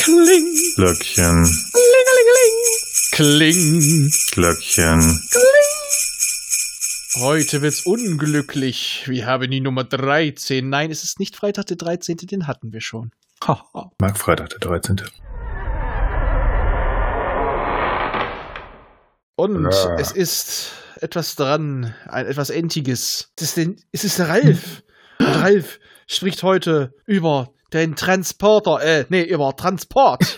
Kling. Glöckchen. Kling. Glöckchen. Heute wird's unglücklich. Wir haben die Nummer 13. Nein, es ist nicht Freitag der 13., den hatten wir schon. Mag Freitag der 13. Und es ist etwas dran, etwas Entiges. Es ist der Ralf. Und Ralf spricht heute über den über Transport.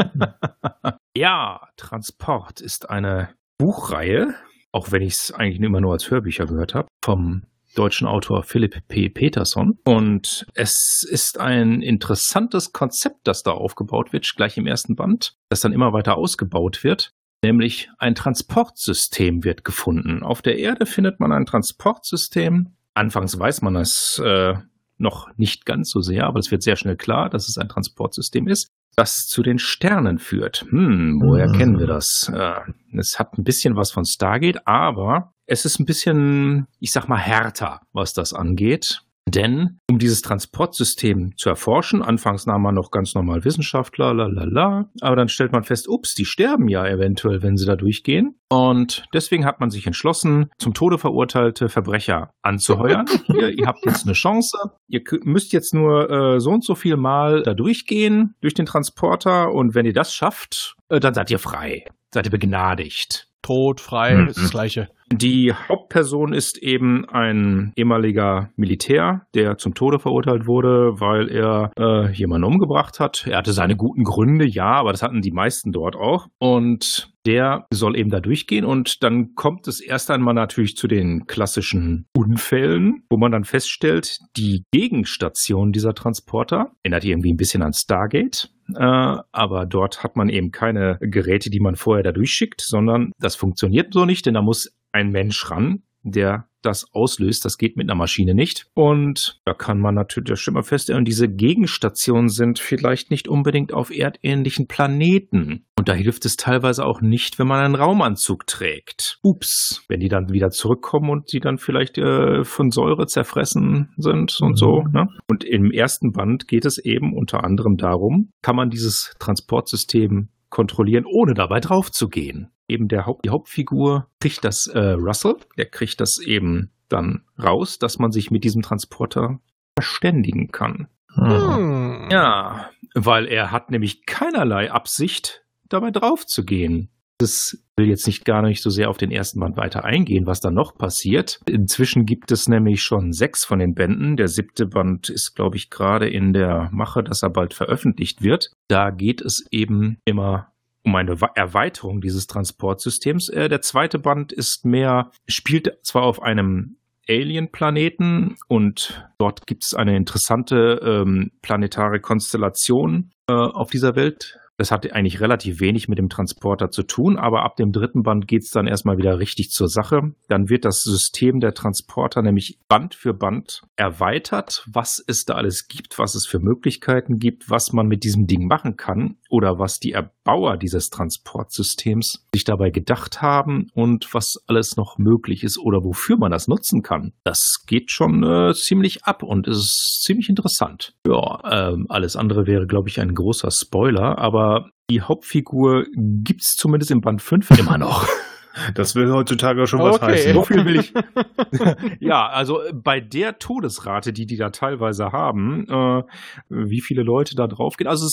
Ja, Transport ist eine Buchreihe, auch wenn ich es eigentlich immer nur als Hörbücher gehört habe, vom deutschen Autor Philipp P. Peterson. Und es ist ein interessantes Konzept, das da aufgebaut wird, gleich im ersten Band, das dann immer weiter ausgebaut wird. Nämlich ein Transportsystem wird gefunden. Auf der Erde findet man ein Transportsystem. Anfangs weiß man es noch nicht ganz so sehr, aber es wird sehr schnell klar, dass es ein Transportsystem ist, das zu den Sternen führt. Woher kennen wir das? Es hat ein bisschen was von Stargate, aber es ist ein bisschen, ich sag mal, härter, was das angeht. Denn um dieses Transportsystem zu erforschen, anfangs nahm man noch ganz normal Wissenschaftler, aber dann stellt man fest, die sterben ja eventuell, wenn sie da durchgehen. Und deswegen hat man sich entschlossen, zum Tode verurteilte Verbrecher anzuheuern. Ihr habt jetzt eine Chance, ihr müsst jetzt nur so und so viel Mal da durchgehen, durch den Transporter. Und wenn ihr das schafft, dann seid ihr frei, seid ihr begnadigt. Tot, frei, ist das Gleiche. Die Hauptperson ist eben ein ehemaliger Militär, der zum Tode verurteilt wurde, weil er jemanden umgebracht hat. Er hatte seine guten Gründe, ja, aber das hatten die meisten dort auch. Und der soll eben da durchgehen und dann kommt es erst einmal natürlich zu den klassischen Unfällen, wo man dann feststellt, die Gegenstation dieser Transporter erinnert irgendwie ein bisschen an Stargate. Aber dort hat man eben keine Geräte, die man vorher da durchschickt, sondern das funktioniert so nicht, denn da muss ein Mensch ran, der das auslöst. Das geht mit einer Maschine nicht. Und da kann man natürlich, das stimmt mal feststellen, diese Gegenstationen sind vielleicht nicht unbedingt auf erdähnlichen Planeten. Und da hilft es teilweise auch nicht, wenn man einen Raumanzug trägt. Wenn die dann wieder zurückkommen und die dann vielleicht von Säure zerfressen sind und so. Ne? Und im ersten Band geht es eben unter anderem darum, kann man dieses Transportsystem kontrollieren, ohne dabei drauf zu gehen. Eben die Hauptfigur kriegt das, Russell, der kriegt das eben dann raus, dass man sich mit diesem Transporter verständigen kann. Ja, weil er hat nämlich keinerlei Absicht, dabei drauf zu gehen. Das will jetzt gar nicht so sehr auf den ersten Band weiter eingehen, was da noch passiert. Inzwischen gibt es nämlich schon 6 von den Bänden. Der 7. Band ist, glaube ich, gerade in der Mache, dass er bald veröffentlicht wird. Da geht es eben immer um eine Erweiterung dieses Transportsystems. Der 2. Band spielt zwar auf einem Alien-Planeten und dort gibt es eine interessante planetare Konstellation auf dieser Welt. Das hat eigentlich relativ wenig mit dem Transporter zu tun, aber ab dem 3. Band geht es dann erstmal wieder richtig zur Sache. Dann wird das System der Transporter nämlich Band für Band erweitert, was es da alles gibt, was es für Möglichkeiten gibt, was man mit diesem Ding machen kann oder was die Erbauer dieses Transportsystems sich dabei gedacht haben und was alles noch möglich ist oder wofür man das nutzen kann. Das geht schon ziemlich ab und ist ziemlich interessant. Ja, alles andere wäre, glaube ich, ein großer Spoiler, aber die Hauptfigur gibt's zumindest im Band 5 immer noch. Das will heutzutage schon was heißen. So viel will ich. Ja, also bei der Todesrate, die da teilweise haben, wie viele Leute da drauf gehen, also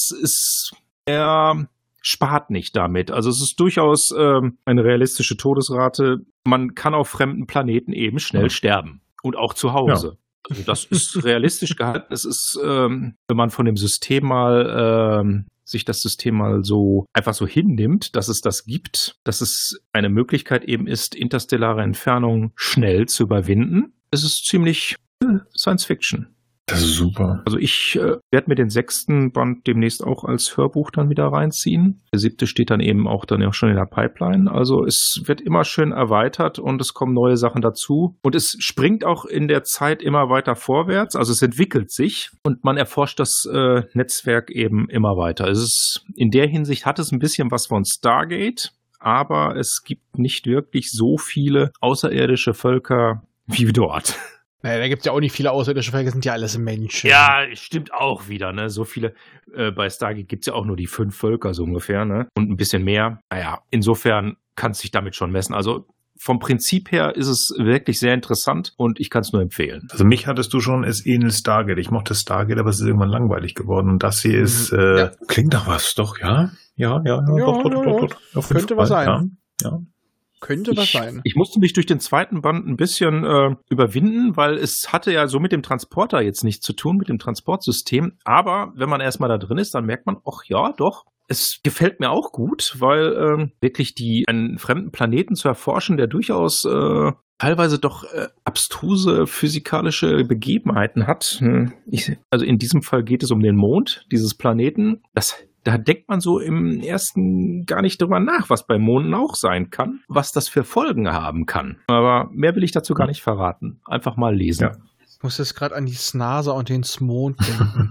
er spart nicht damit. Also es ist durchaus eine realistische Todesrate. Man kann auf fremden Planeten eben schnell sterben. Und auch zu Hause. Ja. Also das ist realistisch gehalten. Es ist, wenn man von dem System sich das System mal so einfach so hinnimmt, dass es das gibt, dass es eine Möglichkeit eben ist, interstellare Entfernungen schnell zu überwinden. Es ist ziemlich Science Fiction. Das ist super. Also ich werde mir den 6. Band demnächst auch als Hörbuch dann wieder reinziehen. Der 7. steht dann auch schon in der Pipeline. Also es wird immer schön erweitert und es kommen neue Sachen dazu. Und es springt auch in der Zeit immer weiter vorwärts. Also es entwickelt sich und man erforscht das Netzwerk eben immer weiter. In der Hinsicht hat es ein bisschen was von Stargate, aber es gibt nicht wirklich so viele außerirdische Völker wie dort. Naja, da gibt es ja auch nicht viele außerirdische Völker, sind ja alles Menschen. Ja, stimmt auch wieder, ne? So viele, bei Stargate gibt es ja auch nur die 5 Völker so ungefähr, ne? Und ein bisschen mehr. Naja, insofern kann es sich damit schon messen. Also vom Prinzip her ist es wirklich sehr interessant und ich kann es nur empfehlen. Also mich hattest du schon, es ähnelt Stargate. Ich mochte Stargate, aber es ist irgendwann langweilig geworden. Und das hier ist, klingt doch was, doch, ja? Ja, doch. Könnte was sein. Ja. Könnte was sein. Ich musste mich durch den zweiten Band ein bisschen überwinden, weil es hatte ja so mit dem Transporter jetzt nichts zu tun, mit dem Transportsystem. Aber wenn man erstmal da drin ist, dann merkt man, ach ja, doch. Es gefällt mir auch gut, weil wirklich einen fremden Planeten zu erforschen, der durchaus teilweise doch abstruse physikalische Begebenheiten hat. Also in diesem Fall geht es um den Mond dieses Planeten. Da denkt man so im ersten gar nicht drüber nach, was bei Monden auch sein kann, was das für Folgen haben kann. Aber mehr will ich dazu gar nicht verraten. Einfach mal lesen. Ja. Ich muss jetzt gerade an die Snasa und den Smond denken.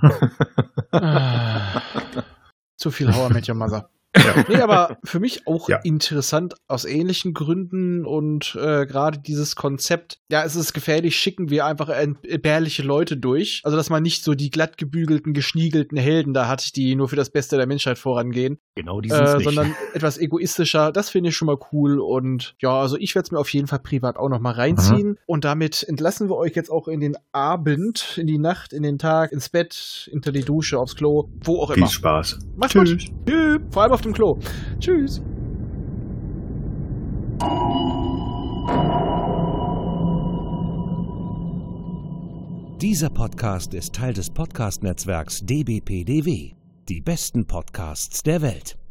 Zu viel How I Met Your Mother. Ja. Nee, aber für mich auch interessant aus ähnlichen Gründen und gerade dieses Konzept, es ist gefährlich, schicken wir einfach entbehrliche Leute durch. Also, dass man nicht so die glatt gebügelten, geschniegelten Helden da hat, die nur für das Beste der Menschheit vorangehen. Genau, die sind's nicht. Sondern etwas egoistischer. Das finde ich schon mal cool und also ich werde es mir auf jeden Fall privat auch noch mal reinziehen. Und damit entlassen wir euch jetzt auch in den Abend, in die Nacht, in den Tag, ins Bett, hinter die Dusche, aufs Klo, wo auch immer. Viel Spaß. Macht's gut. Tschüss. Vor allem auf dem Klo. Tschüss. Dieser Podcast ist Teil des Podcast-Netzwerks dbpdw. Die besten Podcasts der Welt.